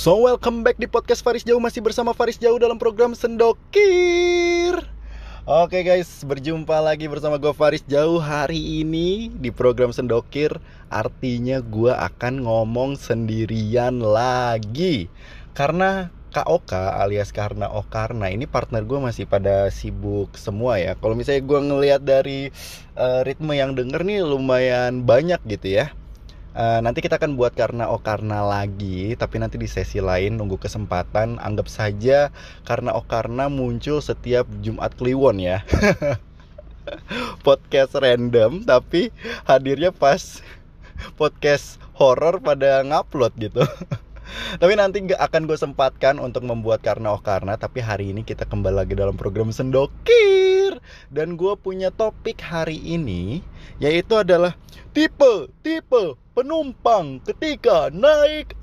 So welcome back di podcast Faris Jauh. Masih bersama Faris Jauh dalam program Sendokir. Oke guys, berjumpa lagi bersama gue Faris Jauh. Hari ini di program Sendokir, artinya gue akan ngomong sendirian lagi. Karena Kak Oka alias Karna Okarna ini partner gue masih pada sibuk semua ya. Kalau misalnya gue ngelihat dari ritme yang denger nih lumayan banyak gitu ya. Nanti kita akan buat Karna Okarna lagi, tapi nanti di sesi lain, nunggu kesempatan. Anggap saja Karna Okarna muncul setiap Jumat Kliwon ya. Podcast random, tapi hadirnya pas podcast horor pada ngupload gitu. Tapi nanti akan gue sempatkan untuk membuat Karna Okarna. Tapi hari ini kita kembali lagi dalam program Sendokir. Dan gue punya topik hari ini, yaitu adalah tipe penumpang ketika naik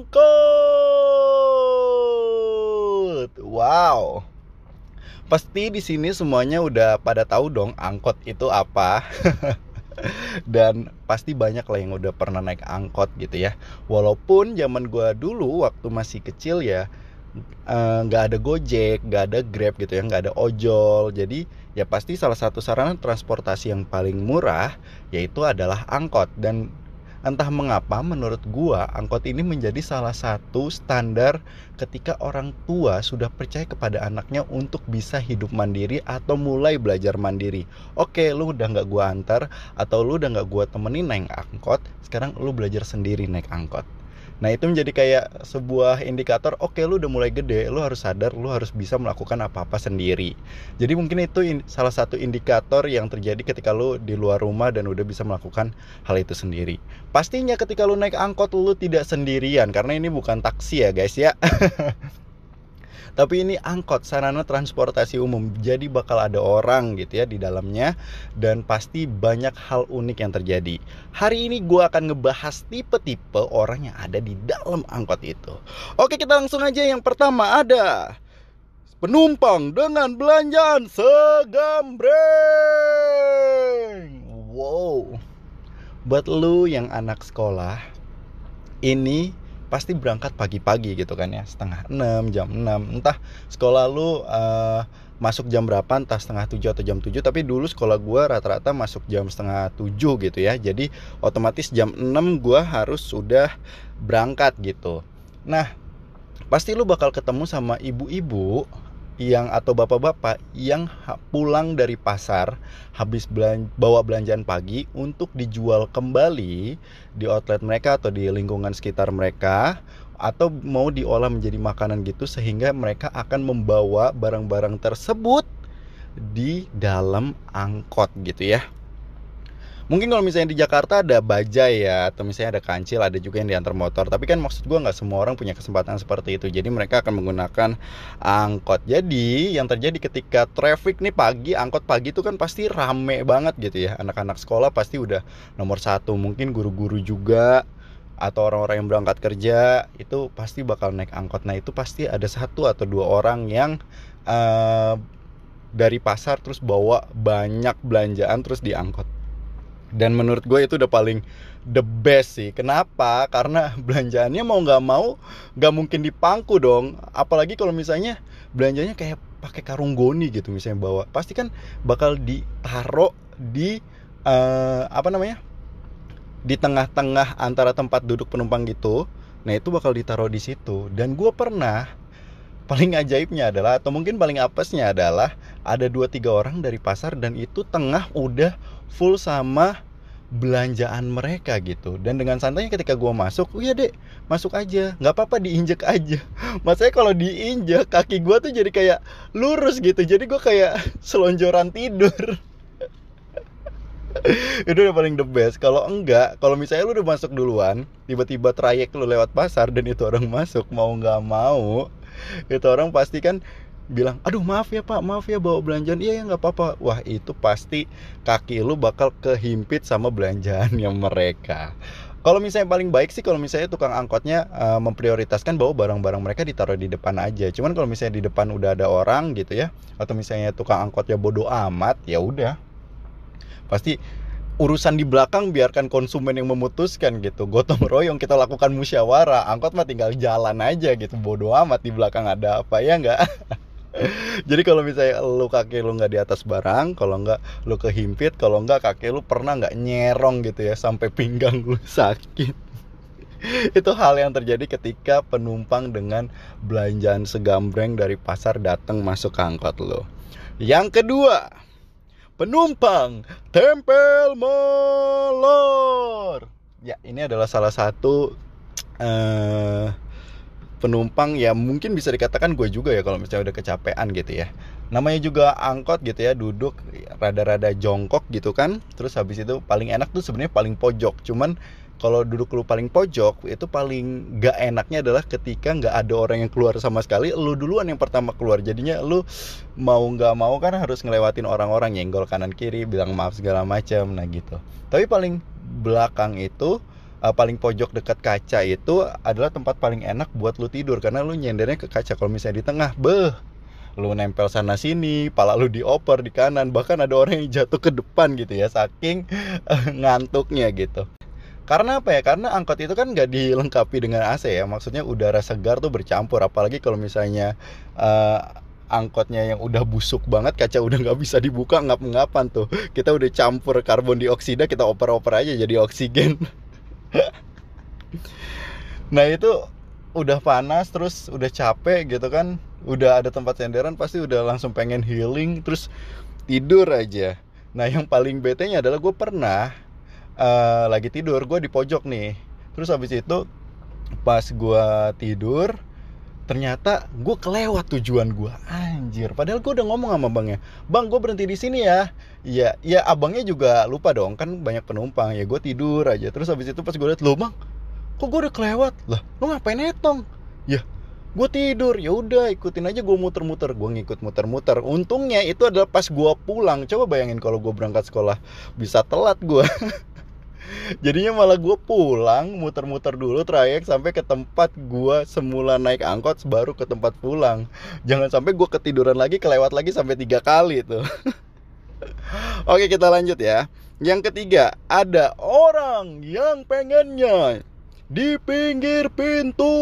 angkot. Wow. Pasti di sini semuanya udah pada tahu dong angkot itu apa. Dan pasti banyak lah yang udah pernah naik angkot gitu ya. Walaupun zaman gua dulu waktu masih kecil ya nggak ada Gojek, nggak ada Grab gitu ya, nggak ada ojol. Jadi ya pasti salah satu sarana transportasi yang paling murah yaitu adalah angkot. Dan entah mengapa menurut gua angkot ini menjadi salah satu standar ketika orang tua sudah percaya kepada anaknya untuk bisa hidup mandiri atau mulai belajar mandiri. Oke, lu udah gak gua antar atau lu udah gak gua temenin naik angkot, sekarang lu belajar sendiri naik angkot. Nah itu menjadi kayak sebuah indikator, oke lu udah mulai gede, lu harus sadar, lu harus bisa melakukan apa-apa sendiri. Jadi mungkin itu salah satu indikator yang terjadi ketika lu di luar rumah dan udah bisa melakukan hal itu sendiri. Pastinya ketika lu naik angkot lu tidak sendirian, karena ini bukan taksi ya guys ya. Tapi ini angkot, sarana transportasi umum. Jadi bakal ada orang gitu ya di dalamnya. Dan pasti banyak hal unik yang terjadi. Hari ini gue akan ngebahas tipe-tipe orang yang ada di dalam angkot itu. Oke, kita langsung aja. Yang pertama ada penumpang dengan belanjaan segambreng. Wow. Buat lu yang anak sekolah, ini pasti berangkat pagi-pagi gitu kan ya, 5:30, jam 6. Entah sekolah lu masuk jam berapa, entah 6:30 atau jam 7. Tapi dulu sekolah gue rata-rata masuk jam 6:30 gitu ya. Jadi otomatis jam 6 gue harus sudah berangkat gitu. Nah pasti lu bakal ketemu sama ibu-ibu yang atau bapak-bapak yang pulang dari pasar habis bawa belanjaan pagi untuk dijual kembali di outlet mereka atau di lingkungan sekitar mereka, atau mau diolah menjadi makanan gitu, sehingga mereka akan membawa barang-barang tersebut di dalam angkot gitu ya. Mungkin kalau misalnya di Jakarta ada bajai ya, atau misalnya ada kancil, ada juga yang diantar motor. Tapi kan maksud gue gak semua orang punya kesempatan seperti itu. Jadi mereka akan menggunakan angkot. Jadi yang terjadi ketika traffic nih pagi, angkot pagi itu kan pasti rame banget gitu ya. Anak-anak sekolah pasti udah nomor 1. Mungkin guru-guru juga, atau orang-orang yang berangkat kerja, itu pasti bakal naik angkot. Nah itu pasti ada 1 atau 2 orang yang dari pasar terus bawa banyak belanjaan terus diangkut. Dan menurut gue itu udah paling the best sih. Kenapa? Karena belanjaannya mau gak mungkin dipangku dong. Apalagi kalau misalnya belanjanya kayak pakai karung goni gitu misalnya bawa. Pasti kan bakal ditaruh di di tengah-tengah antara tempat duduk penumpang gitu. Nah itu bakal ditaruh di situ. Dan gue pernah, paling ajaibnya adalah, atau mungkin paling apesnya adalah, ada 2-3 orang dari pasar dan itu tengah udah full sama belanjaan mereka gitu. Dan dengan santainya ketika gue masuk, iya dek, masuk aja, gak apa-apa, diinjek aja. Maksudnya kalau diinjek, kaki gue tuh jadi kayak lurus gitu. Jadi gue kayak selonjoran tidur. Itu udah paling the best. Kalau enggak, kalau misalnya lu udah masuk duluan, tiba-tiba trayek lu lewat pasar dan itu orang masuk, mau gak mau, itu orang pasti kan bilang, aduh maaf ya pak, maaf ya bawa belanjaan. Iya ya gak apa-apa. Wah itu pasti kaki lu bakal kehimpit sama belanjaannya mereka. Kalau misalnya paling baik sih, kalau misalnya tukang angkotnya memprioritaskan bahwa barang-barang mereka ditaruh di depan aja. Cuman kalau misalnya di depan udah ada orang gitu ya, atau misalnya tukang angkotnya bodo amat, ya udah pasti urusan di belakang biarkan konsumen yang memutuskan gitu. Gotong royong, kita lakukan musyawarah. Angkot mah tinggal jalan aja gitu, bodo amat di belakang ada apa, ya nggak? Jadi kalau misalnya lu kaki lu nggak di atas barang, kalau nggak lu kehimpit, kalau nggak kaki lu pernah nggak nyerong gitu ya sampai pinggang lu sakit. Itu hal yang terjadi ketika penumpang dengan belanjaan segambreng dari pasar datang masuk ke angkot lo. Yang kedua, penumpang tempel molor. Ya, ini adalah salah satu penumpang ya, mungkin bisa dikatakan gue juga ya kalau misalnya udah kecapean gitu ya. Namanya juga angkot gitu ya, duduk rada-rada jongkok gitu kan. Terus habis itu paling enak tuh sebenarnya paling pojok. Cuman kalau duduk lu paling pojok itu paling gak enaknya adalah ketika gak ada orang yang keluar sama sekali, lu duluan yang pertama keluar. Jadinya lu mau gak mau kan harus ngelewatin orang-orang, nyenggol kanan kiri, bilang maaf segala macam. Nah gitu. Tapi paling belakang itu, paling pojok dekat kaca itu adalah tempat paling enak buat lu tidur, karena lu nyendernya ke kaca. Kalau misalnya di tengah, lu nempel sana sini, pala lu dioper di kanan, bahkan ada orang yang jatuh ke depan gitu ya, saking ngantuknya gitu. Karena apa ya? Karena angkot itu kan nggak dilengkapi dengan AC ya, maksudnya udara segar tuh bercampur. Apalagi kalau misalnya angkotnya yang udah busuk banget, kaca udah nggak bisa dibuka, ngap-ngapan tuh. Kita udah campur karbon dioksida, kita oper-oper aja jadi oksigen. Nah itu udah panas, terus udah capek gitu kan, udah ada tempat senderan, pasti udah langsung pengen healing, terus tidur aja. Nah yang paling betenya adalah gue pernah lagi tidur, gue di pojok nih. Terus habis itu pas gue tidur, ternyata gue kelewat tujuan gue. Anjir, padahal gue udah ngomong sama bangnya, bang gue berhenti di sini ya. Iya, ya abangnya juga lupa dong, kan banyak penumpang. Ya gue tidur aja. Terus habis itu pas gue liat, loh bang, kok gue udah kelewat? Lah, lo ngapain netong? Ya, gue tidur. Ya udah, ikutin aja, gue muter-muter. Gue ngikut muter-muter. Untungnya itu adalah pas gue pulang. Coba bayangin kalau gue berangkat sekolah, bisa telat gue. Jadinya malah gue pulang, muter-muter dulu trayek sampai ke tempat gue semula naik angkot, baru ke tempat pulang. Jangan sampai gue ketiduran lagi, kelewat lagi sampai 3 kali tuh. Oke, kita lanjut ya. Yang ketiga, ada orang yang pengennya di pinggir pintu.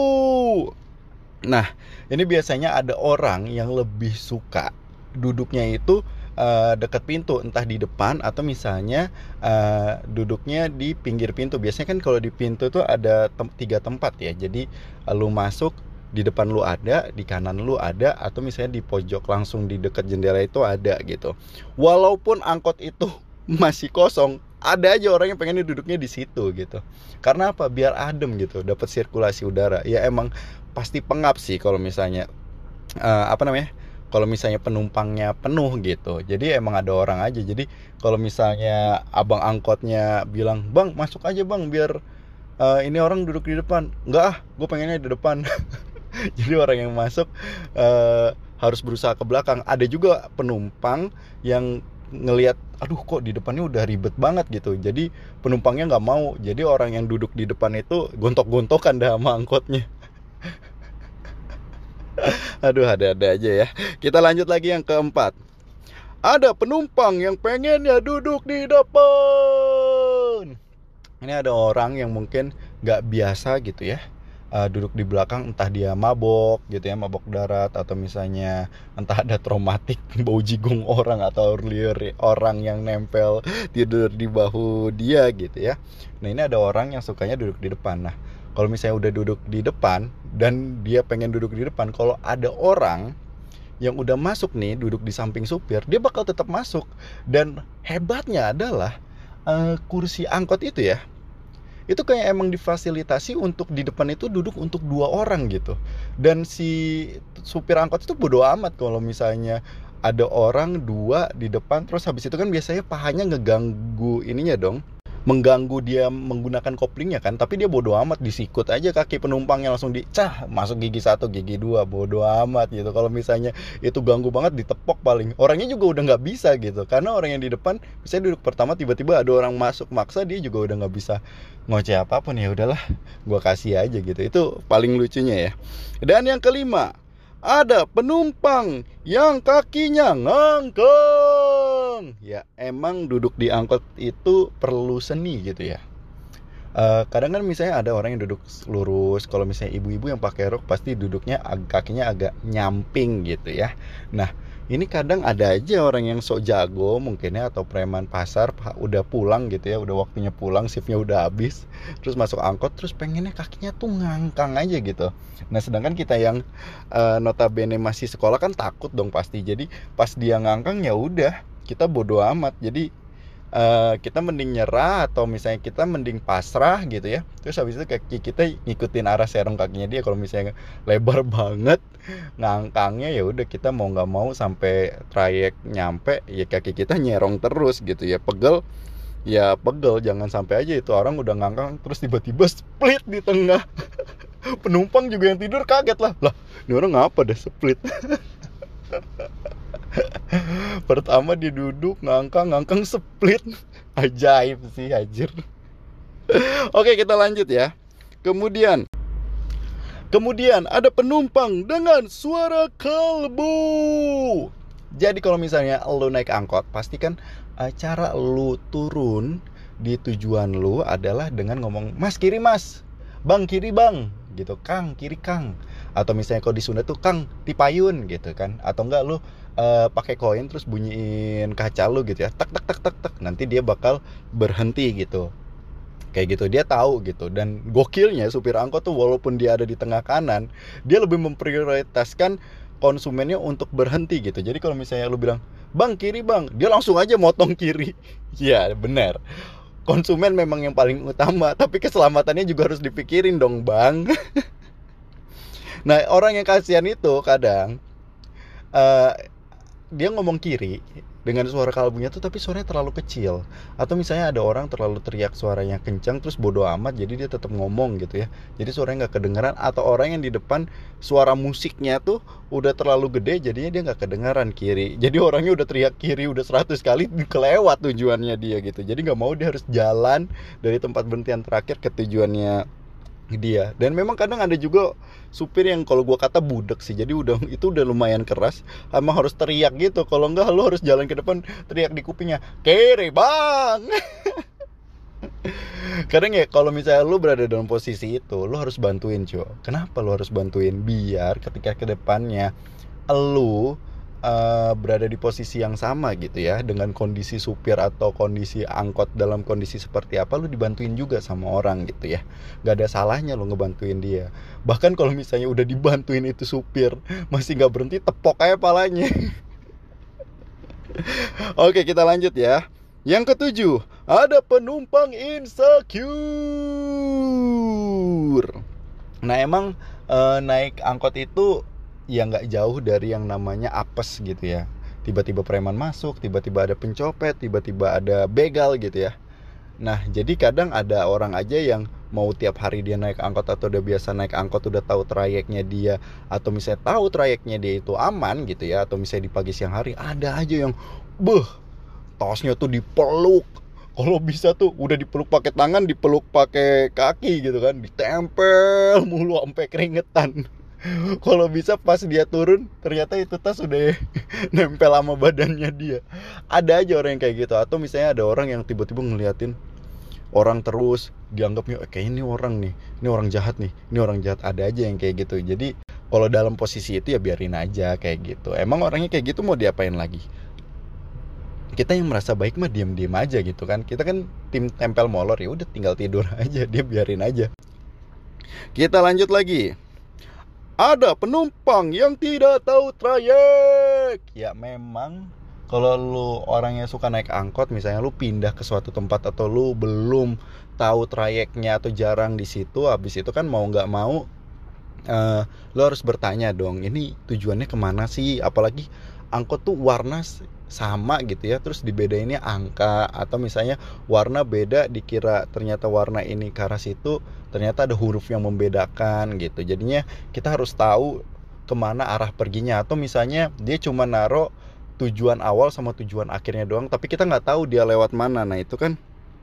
Nah, ini biasanya ada orang yang lebih suka duduknya itu dekat pintu, entah di depan atau misalnya duduknya di pinggir pintu. Biasanya kan kalau di pintu tuh ada 3 tempat ya. Jadi lu masuk, di depan lu ada, di kanan lu ada, atau misalnya di pojok langsung di dekat jendela itu ada gitu. Walaupun angkot itu masih kosong, ada aja orang yang pengen duduknya di situ gitu. Karena apa? Biar adem gitu, dapat sirkulasi udara. Ya emang pasti pengap sih kalau misalnya kalau misalnya penumpangnya penuh gitu. Jadi emang ada orang aja. Jadi kalau misalnya abang angkotnya bilang, bang masuk aja bang, biar ini orang duduk di depan. Enggak ah, gue pengennya di depan. Jadi orang yang masuk harus berusaha ke belakang. Ada juga penumpang yang ngelihat, aduh kok di depannya udah ribet banget gitu. Jadi penumpangnya nggak mau. Jadi orang yang duduk di depan itu gontok-gontokan dah sama angkotnya. Aduh, ada-ada aja ya. Kita lanjut lagi yang keempat. Ada penumpang yang pengennya duduk di depan. Ini ada orang yang mungkin nggak biasa gitu ya, duduk di belakang, entah dia mabok gitu ya, mabok darat, atau misalnya entah ada traumatik bau jigung orang atau liur orang yang nempel tidur di bahu dia gitu ya. Nah ini ada orang yang sukanya duduk di depan. Nah kalau misalnya udah duduk di depan dan dia pengen duduk di depan, kalau ada orang yang udah masuk nih duduk di samping supir, dia bakal tetap masuk. Dan hebatnya adalah kursi angkot itu ya, itu kayak emang difasilitasi untuk di depan itu duduk untuk 2 orang gitu. Dan si supir angkot itu bodo amat kalau misalnya ada orang 2 di depan, terus habis itu kan biasanya pahanya ngeganggu ininya dong, mengganggu dia menggunakan koplingnya kan. Tapi dia bodo amat, disikut aja kaki penumpangnya, langsung dicah, masuk gigi 1, gigi 2, bodo amat gitu. Kalau misalnya itu ganggu banget, ditepok paling. Orangnya juga udah gak bisa gitu, karena orang yang di depan misalnya duduk pertama, tiba-tiba ada orang masuk maksa, dia juga udah gak bisa ngoceh apapun. Ya udahlah, gua kasih aja gitu. Itu paling lucunya ya. Dan yang kelima, ada penumpang yang kakinya ngangkeng. dong. Ya emang duduk di angkot itu perlu seni gitu ya. Kadang kan misalnya ada orang yang duduk lurus. Kalau misalnya ibu-ibu yang pakai rok pasti duduknya kakinya agak nyamping gitu ya. Nah ini kadang ada aja orang yang sok jago mungkin ya, atau preman pasar udah pulang gitu ya, udah waktunya pulang, shiftnya udah habis, terus masuk angkot terus pengennya kakinya tuh ngangkang aja gitu. Nah sedangkan kita yang notabene masih sekolah kan takut dong pasti. Jadi pas dia ngangkang ya udah kita bodo amat. Jadi kita mending nyerah, atau misalnya kita mending pasrah gitu ya. Terus habis itu kaki kita ngikutin arah serong kakinya dia. Kalau misalnya lebar banget ngangkangnya, ya udah kita mau nggak mau sampai trayek nyampe ya kaki kita nyerong terus gitu ya. Pegel ya pegel, jangan sampai aja itu orang udah ngangkang terus tiba-tiba split di tengah. Penumpang juga yang tidur kaget lah ini orang ngapa deh split. Pertama dia duduk ngangkang split. Ajaib sih anjir. Oke kita lanjut ya. Kemudian ada penumpang dengan suara kalbu. Jadi kalau misalnya lu naik angkot, pasti kan cara lu turun di tujuan lu adalah dengan ngomong mas kiri mas, bang kiri bang gitu, kang kiri kang. Atau misalnya kalau di Sunda tuh kang tipayun gitu kan. Atau enggak lu pakai koin terus bunyiin kaca lu gitu ya, tek tek tek tek tek, nanti dia bakal berhenti gitu. Kayak gitu dia tahu gitu. Dan gokilnya supir angkot tuh walaupun dia ada di tengah kanan, dia lebih memprioritaskan konsumennya untuk berhenti gitu. Jadi kalau misalnya lu bilang bang kiri bang, dia langsung aja motong kiri. Ya benar, konsumen memang yang paling utama, tapi keselamatannya juga harus dipikirin dong bang. Nah orang yang kasihan itu kadang dia ngomong kiri dengan suara kalbunya tuh, tapi suaranya terlalu kecil. Atau misalnya ada orang terlalu teriak suaranya kencang terus bodo amat, jadi dia tetap ngomong gitu ya, jadi suaranya nggak kedengaran. Atau orang yang di depan suara musiknya tuh udah terlalu gede, jadinya dia nggak kedengaran kiri, jadi orangnya udah teriak kiri udah 100 kali kelewat tujuannya dia gitu. Jadi nggak mau, dia harus jalan dari tempat berhentian terakhir ke tujuannya dia. Dan memang kadang ada juga supir yang kalau gua kata budek sih. Jadi itu udah lumayan keras, emang harus teriak gitu. Kalau enggak lu harus jalan ke depan teriak di kupingnya, kiri bang. Kadang ya kalau misalnya lu berada dalam posisi itu, lu harus bantuin cuy. Kenapa lu harus bantuin? Biar ketika ke depannya lu berada di posisi yang sama gitu ya, dengan kondisi supir atau kondisi angkot dalam kondisi seperti apa, lu dibantuin juga sama orang gitu ya. Gak ada salahnya lu ngebantuin dia. Bahkan kalau misalnya udah dibantuin itu supir masih gak berhenti, tepok aja palanya. Oke kita lanjut ya. Yang ketujuh, ada penumpang insecure. Nah emang naik angkot itu ya nggak jauh dari yang namanya apes gitu ya. Tiba-tiba preman masuk, tiba-tiba ada pencopet, tiba-tiba ada begal gitu ya. Nah jadi kadang ada orang aja yang mau tiap hari dia naik angkot, atau udah biasa naik angkot, udah tahu trayeknya dia, atau misalnya tahu trayeknya dia itu aman gitu ya, atau misalnya di pagi siang hari ada aja yang tasnya tuh dipeluk. Kalau bisa tuh udah dipeluk pakai tangan, dipeluk pakai kaki gitu kan, ditempel mulu sampai keringetan. Kalau bisa pas dia turun ternyata itu tas udah nempel sama badannya dia. Ada aja orang yang kayak gitu. Atau misalnya ada orang yang tiba-tiba ngeliatin orang terus, dianggapnya kayak ini orang nih, ini orang jahat nih, ini orang jahat. Ada aja yang kayak gitu. Jadi kalau dalam posisi itu ya biarin aja kayak gitu. Emang orangnya kayak gitu mau diapain lagi? Kita yang merasa baik mah diam-diam aja gitu kan. Kita kan tim tempel molor, ya udah tinggal tidur aja, dia biarin aja. Kita lanjut lagi. Ada penumpang yang tidak tahu trayek. Ya memang kalau lu orang yang suka naik angkot, misalnya lu pindah ke suatu tempat atau lu belum tahu trayeknya atau jarang di situ, habis itu kan mau nggak mau lu harus bertanya dong, ini tujuannya kemana sih? Apalagi angkot tuh warna sama gitu ya, terus dibedainnya angka, atau misalnya warna beda, dikira ternyata warna ini ke arah situ, ternyata ada huruf yang membedakan gitu. Jadinya kita harus tahu kemana arah perginya. Atau misalnya dia cuma naruh tujuan awal sama tujuan akhirnya doang, tapi kita nggak tahu dia lewat mana. Nah itu kan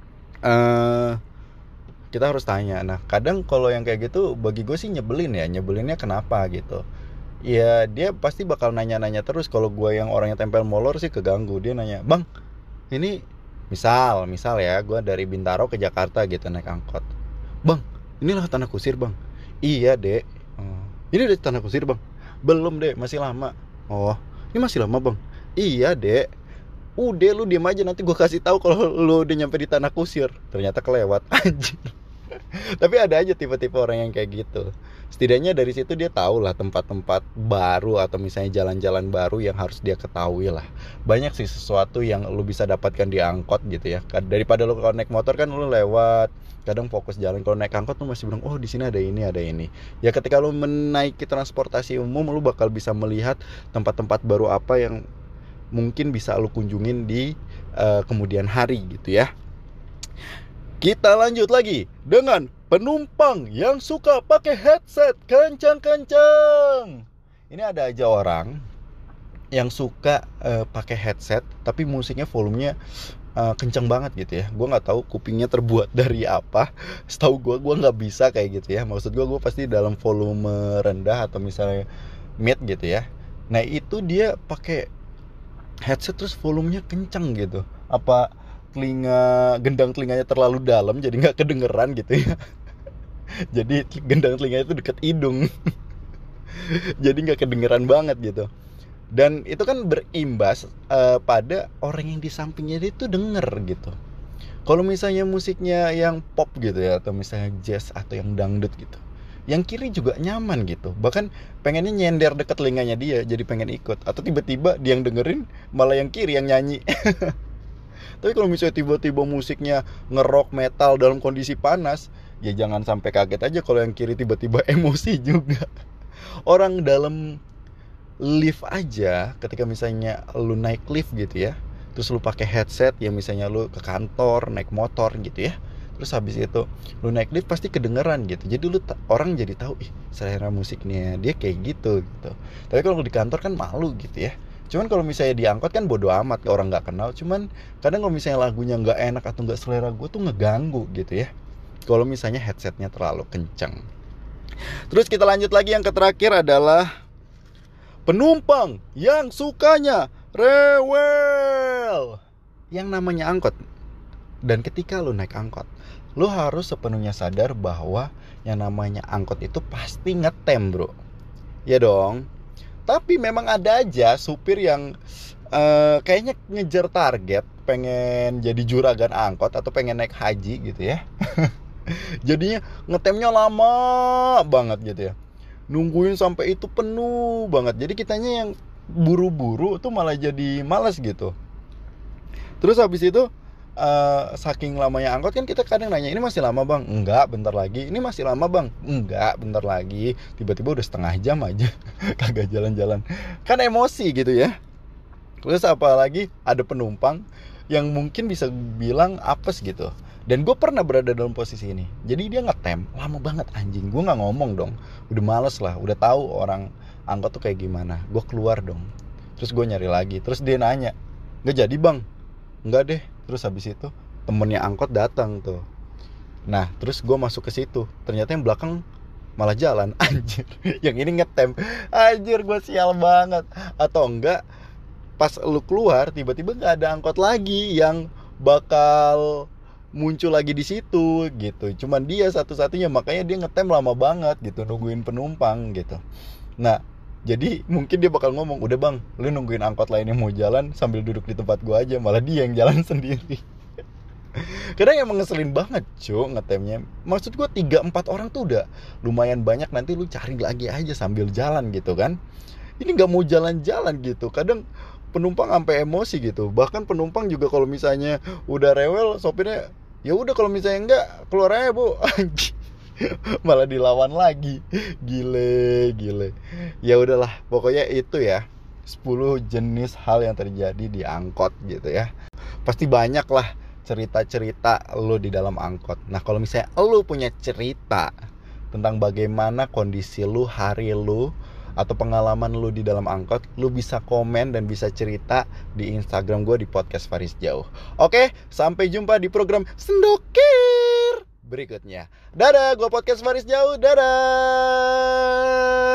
kita harus tanya. Nah kadang kalau yang kayak gitu bagi gue sih nyebelin ya. Nyebelinnya kenapa gitu? Ya dia pasti bakal nanya-nanya terus. Kalau gue yang orangnya tempel molor sih keganggu. Dia nanya, bang ini misal ya, gue dari Bintaro ke Jakarta gitu naik angkot. Bang, inilah Tanah Kusir bang. Iya dek. Oh, ini udah Tanah Kusir bang. Belum dek, masih lama. Oh, ini masih lama bang. Iya dek. Udah lu diem aja, nanti gue kasih tahu kalau lu udah nyampe di Tanah Kusir. Ternyata kelewat. Anjir. Tapi ada aja tipe-tipe orang yang kayak gitu. Setidaknya dari situ dia tahu lah tempat-tempat baru atau misalnya jalan-jalan baru yang harus dia ketahui lah. Banyak sih sesuatu yang lu bisa dapatkan di angkot gitu ya. Daripada lu kalau naik motor kan lu lewat, kadang fokus jalan. Kalau naik angkot lu masih bilang, oh di sini ada ini, ada ini. Ya ketika lu menaiki transportasi umum, lu bakal bisa melihat tempat-tempat baru apa yang mungkin bisa lu kunjungin di kemudian hari gitu ya. Kita lanjut lagi dengan penumpang yang suka pakai headset kencang-kencang. Ini ada aja orang yang suka pakai headset tapi musiknya volumenya kencang banget gitu ya. Gue nggak tahu kupingnya terbuat dari apa. Setahu gue nggak bisa kayak gitu ya. Maksud gue pasti dalam volume rendah atau misalnya mid gitu ya. Nah itu dia pakai headset terus volumenya kencang gitu. Apa gendang telinganya terlalu dalam jadi nggak kedengeran gitu ya. Jadi gendang telinganya itu deket hidung. Jadi nggak kedengeran banget gitu. Dan itu kan berimbas pada orang yang di sampingnya dia itu denger gitu. Kalau misalnya musiknya yang pop gitu ya, atau misalnya jazz atau yang dangdut gitu, yang kiri juga nyaman gitu. Bahkan pengennya nyender deket telinganya dia, jadi pengen ikut. Atau tiba-tiba dia yang dengerin malah yang kiri yang nyanyi. Tapi kalau misalnya tiba-tiba musiknya ngerok metal dalam kondisi panas, ya jangan sampai kaget aja kalau yang kiri tiba-tiba emosi juga. Orang dalam lift aja, ketika misalnya lu naik lift gitu ya, terus lu pakai headset, ya misalnya lu ke kantor naik motor gitu ya, terus habis itu lu naik lift pasti kedengeran gitu. Jadi orang jadi tahu, selera musiknya dia kayak gitu. Tapi kalau di kantor kan malu gitu ya. Cuman kalau misalnya diangkot kan bodo amat, orang nggak kenal. Cuman kadang kalau misalnya lagunya nggak enak atau nggak selera gue tuh ngeganggu gitu ya. Kalau misalnya headsetnya terlalu kencang. Terus kita lanjut lagi, yang terakhir adalah penumpang yang sukanya rewel. Yang namanya angkot. Dan ketika lu naik angkot, lu harus sepenuhnya sadar bahwa yang namanya angkot itu pasti ngetem bro. Ya dong. Tapi memang ada aja supir yang kayaknya ngejar target, pengen jadi juragan angkot atau pengen naik haji gitu ya. Jadinya ngetemnya lama banget gitu ya. Nungguin sampai itu penuh banget. Jadi kitanya yang buru-buru tuh malah jadi malas gitu. Terus habis itu saking lamanya angkot kan kita kadang nanya, ini masih lama bang? Enggak, bentar lagi. Ini masih lama bang? Enggak, bentar lagi. Tiba-tiba udah setengah jam aja kagak jalan-jalan. Kan emosi gitu ya. Terus apalagi ada penumpang yang mungkin bisa bilang apes gitu. Dan gue pernah berada dalam posisi ini. Jadi dia ngetem lama banget anjing. Gue gak ngomong dong. Udah males lah, udah tahu orang angkot tuh kayak gimana. Gue keluar dong. Terus gue nyari lagi. Terus dia nanya, gak jadi bang? Enggak deh. Terus habis itu temennya angkot datang tuh. Nah terus gue masuk ke situ, ternyata yang belakang malah jalan. Anjir, yang ini ngetem. Anjir, gue sial banget. Atau enggak, pas lu keluar tiba-tiba gak ada angkot lagi yang bakal muncul lagi di situ gitu. Cuman dia satu-satunya, makanya dia ngetem lama banget gitu, nungguin penumpang gitu. Nah jadi mungkin dia bakal ngomong, udah bang, lu nungguin angkot lain yang mau jalan sambil duduk di tempat gua aja. Malah dia yang jalan sendiri. Kadang emang ngeselin banget cuy ngetemnya. Maksud gua 3-4 orang tuh udah lumayan banyak. Nanti lu cari lagi aja sambil jalan gitu kan. Ini gak mau jalan-jalan gitu. Kadang penumpang sampai emosi gitu. Bahkan penumpang juga kalau misalnya udah rewel, sopirnya ya udah kalau misalnya enggak, keluar aja bu. Malah dilawan lagi. Gile. Ya udahlah, pokoknya itu ya 10 jenis hal yang terjadi di angkot gitu ya. Pasti banyak lah cerita-cerita lo di dalam angkot. Nah kalau misalnya lo punya cerita tentang bagaimana kondisi lo, hari lo, atau pengalaman lu di dalam angkot, lu bisa komen dan bisa cerita di Instagram gue di Podcast Faris Jauh. Oke, sampai jumpa di program Sendokir berikutnya. Dadah, gue Podcast Faris Jauh. Dadah.